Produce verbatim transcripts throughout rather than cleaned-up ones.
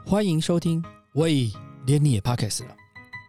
欢迎收听，喂，连你也 Podcast 了。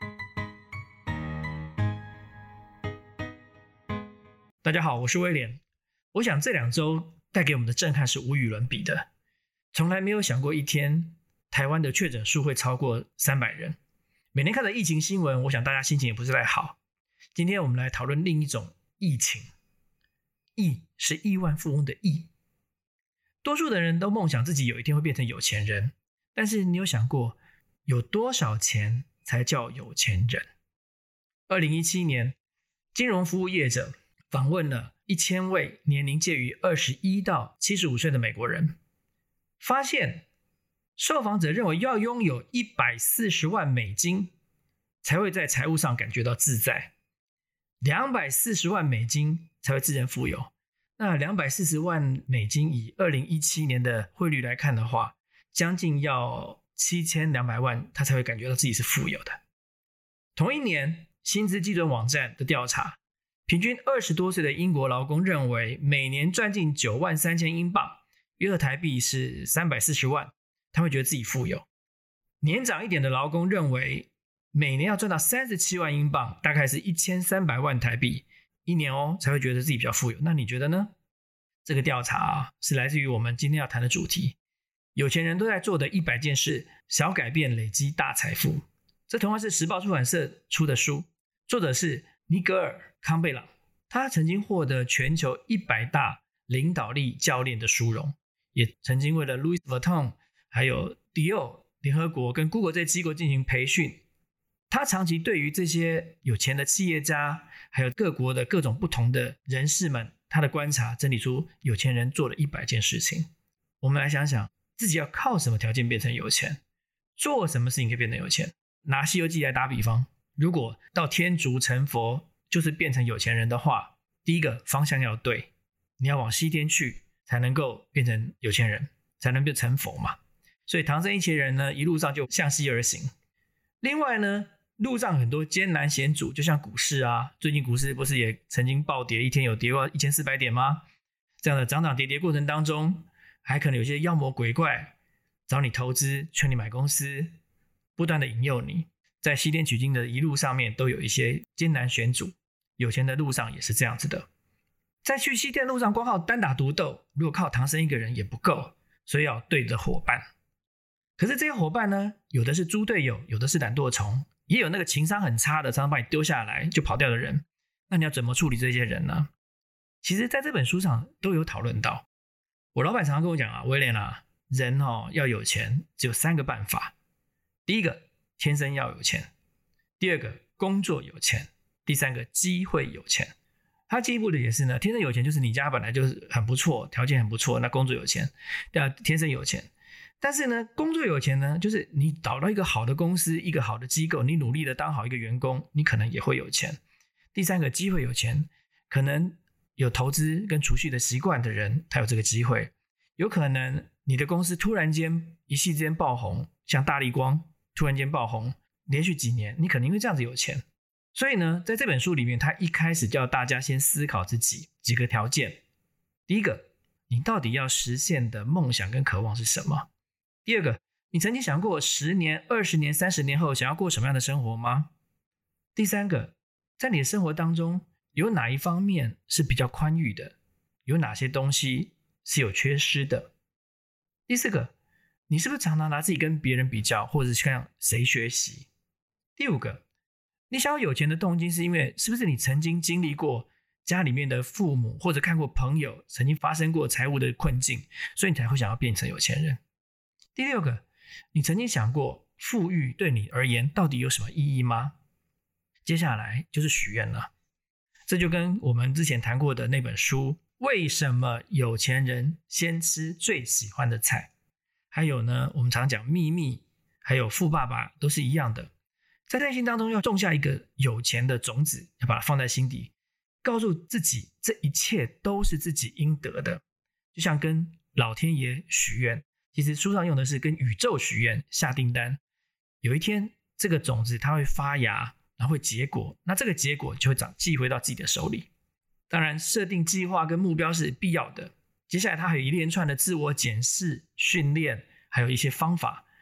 大家好，我是威廉。我想这两周带给我们的震撼是无与伦比的。从来没有想过一天台湾的确诊数会超过三百人。每天看的疫情新闻，我想大家心情也不是太好。今天我们来讨论另一种疫情，亿是亿万富翁的亿。多数的人都梦想自己有一天会变成有钱人，但是你有想过有多少钱才叫有钱人？二零一七年，金融服务业者访问了一千位年龄介于二十一到七十五岁的美国人，发现受访者认为要拥有一百四十万美金才会在财务上感觉到自在，两百四十万美金才会自然富有。那两百四十万美金以二零一七年的汇率来看的话，将近要七千两百万他才会感觉到自己是富有的。同一年，薪资基准网站的调查，平均二十多岁的英国劳工认为每年赚进九万三千英镑，约合台币是三百四十万，他会觉得自己富有。年长一点的劳工认为每年要赚到三十七万英镑，大概是一千三百万台币，一年哦才会觉得自己比较富有。那你觉得呢？这个调查啊，是来自于我们今天要谈的主题，有钱人都在做的一百件事，小改变累积大财富。这同样是时报出版社出的书，作者是尼格尔·康贝朗，他曾经获得全球一百大领导力教练的殊荣，也曾经为了 Louis Vuitton 还有 Dior、 联合国跟 Google 这些机构进行培训。他长期对于这些有钱的企业家还有各国的各种不同的人士们，他的观察整理出有钱人做了一百件事情。我们来想想自己要靠什么条件变成有钱，做什么事情可以变成有钱。拿西游记来打比方，如果到天竺成佛就是变成有钱人的话，第一个方向要对，你要往西天去才能够变成有钱人，才能变成佛嘛。所以唐僧一行人呢，一路上就向西而行。另外呢，路上很多艰难险阻，就像股市啊，最近股市不是也曾经暴跌，一天有跌过一千四百点吗？这样的涨涨跌跌过程当中，还可能有些妖魔鬼怪找你投资，劝你买公司，不断的引诱你。在西天取经的一路上面都有一些艰难险阻，有钱的路上也是这样子的。在去西天路上光靠单打独斗，如果靠唐僧一个人也不够，所以要对着伙伴。可是这些伙伴呢，有的是猪队友，有的是懒惰虫，也有那个情商很差的，常常把你丢下来就跑掉的人。那你要怎么处理这些人呢？其实在这本书上都有讨论到。我老板常常跟我讲啊，威廉啊，人哦要有钱只有三个办法。第一个，天生要有钱；第二个，工作有钱；第三个，机会有钱。他进一步的也是呢，天生有钱就是你家本来就是很不错，条件很不错，那工作有钱，对啊，天生有钱。但是呢，工作有钱呢，就是你找到一个好的公司，一个好的机构，你努力的当好一个员工，你可能也会有钱。第三个，机会有钱，可能有投资跟储蓄的习惯的人，他有这个机会。有可能你的公司突然间一夕之间爆红，像大立光突然间爆红，连续几年，你可能因为这样子有钱。所以呢，在这本书里面，他一开始叫大家先思考自己几个条件。第一个，你到底要实现的梦想跟渴望是什么？第二个，你曾经想过十年、二十年、三十年后想要过什么样的生活吗？第三个，在你的生活当中有哪一方面是比较宽裕的？有哪些东西是有缺失的？第四个，你是不是常常拿自己跟别人比较，或者是看谁学习？第五个，你想要有钱的动机是因为是不是你曾经经历过家里面的父母，或者看过朋友曾经发生过财务的困境，所以你才会想要变成有钱人？第六个，你曾经想过富裕对你而言到底有什么意义吗？接下来就是许愿了。这就跟我们之前谈过的那本书，为什么有钱人先吃最喜欢的菜，还有呢，我们常讲秘密，还有富爸爸都是一样的。在内心当中要种下一个有钱的种子，要把它放在心底，告诉自己这一切都是自己应得的。就像跟老天爷许愿，其实书上用的是跟宇宙许愿，下订单。有一天这个种子它会发芽，然后会结果，那这个结果就会长寄回到自己的手里。当然设定计划跟目标是必要的，接下来它还有一连串的自我检视、训练，还有一些方法，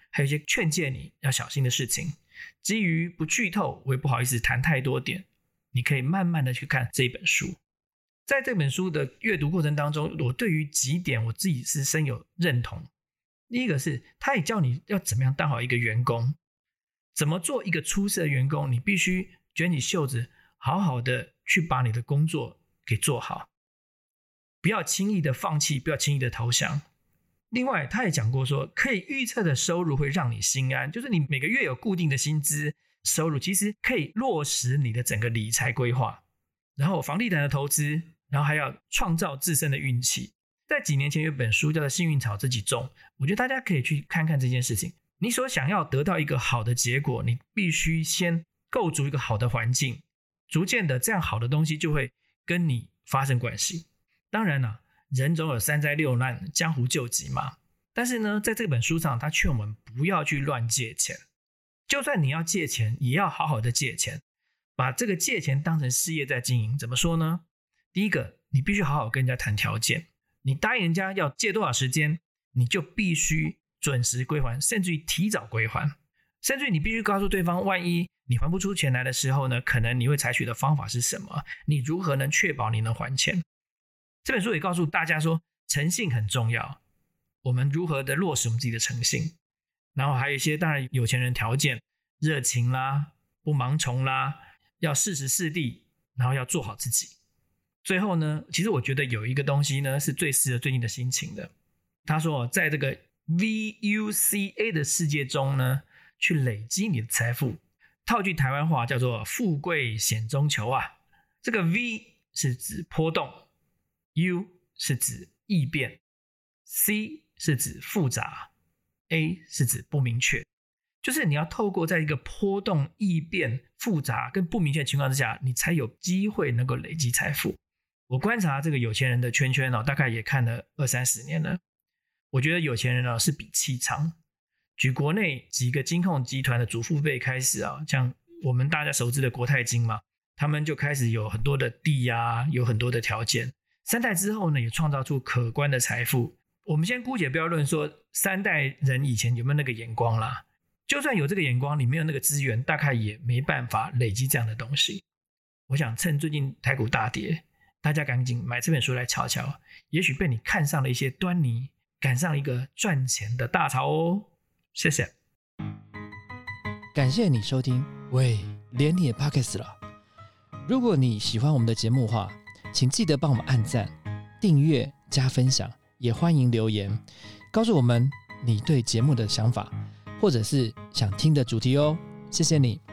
还有一些劝诫你要小心的事情。基于不剧透，我也不好意思谈太多点，你可以慢慢的去看这一本书。在这本书的阅读过程当中，我对于几点我自己是深有认同。第一个是他也教你要怎么样当好一个员工，怎么做一个出色的员工，你必须卷起袖子好好的去把你的工作给做好，不要轻易的放弃，不要轻易的投降。另外他也讲过说，可以预测的收入会让你心安，就是你每个月有固定的薪资收入，其实可以落实你的整个理财规划，然后房地产的投资，然后还要创造自身的运气。在几年前有本书叫做《幸运草自己种》，我觉得大家可以去看看这件事情。你所想要得到一个好的结果，你必须先构筑一个好的环境，逐渐的这样好的东西就会跟你发生关系。当然啦、啊，人总有三灾六难，江湖救急嘛。但是呢，在这本书上他劝我们不要去乱借钱，就算你要借钱也要好好的借钱，把这个借钱当成事业在经营。怎么说呢？第一个，你必须好好跟人家谈条件，你答应人家要借多少时间，你就必须准时归还，甚至于提早归还，甚至于你必须告诉对方，万一你还不出钱来的时候呢，可能你会采取的方法是什么，你如何能确保你能还钱。这本书也告诉大家说，诚信很重要，我们如何的落实我们自己的诚信。然后还有一些当然有钱人条件，热情啦，不盲从啦，要适时适地，然后要做好自己。最后呢，其实我觉得有一个东西呢是最适合最近的心情的。他说在这个 V U C A 的世界中呢，去累积你的财富，套句台湾话叫做富贵险中求啊。这个 V 是指波动， U 是指异变， C 是指复杂， A 是指不明确。就是你要透过在一个波动、异变、复杂跟不明确的情况之下，你才有机会能够累积财富。我观察这个有钱人的圈圈、哦、大概也看了二三十年了。我觉得有钱人、哦、是比气长。举国内几个金控集团的祖父辈开始啊，像我们大家熟知的国泰金嘛，他们就开始有很多的地啊，有很多的条件。三代之后呢，也创造出可观的财富。我们先姑且不要论说三代人以前有没有那个眼光啦，就算有这个眼光，你没有那个资源，大概也没办法累积这样的东西。我想趁最近台股大跌，大家赶紧买这本书来瞧瞧，也许被你看上了一些端倪，赶上一个赚钱的大潮哦。谢谢， 感谢你收听喂连你也 Podcast 了。如果你喜欢我们的节目的话，请记得帮我们按赞、订阅、加分享，也欢迎留言告诉我们你对节目的想法，或者是想听的主题哦。谢谢你。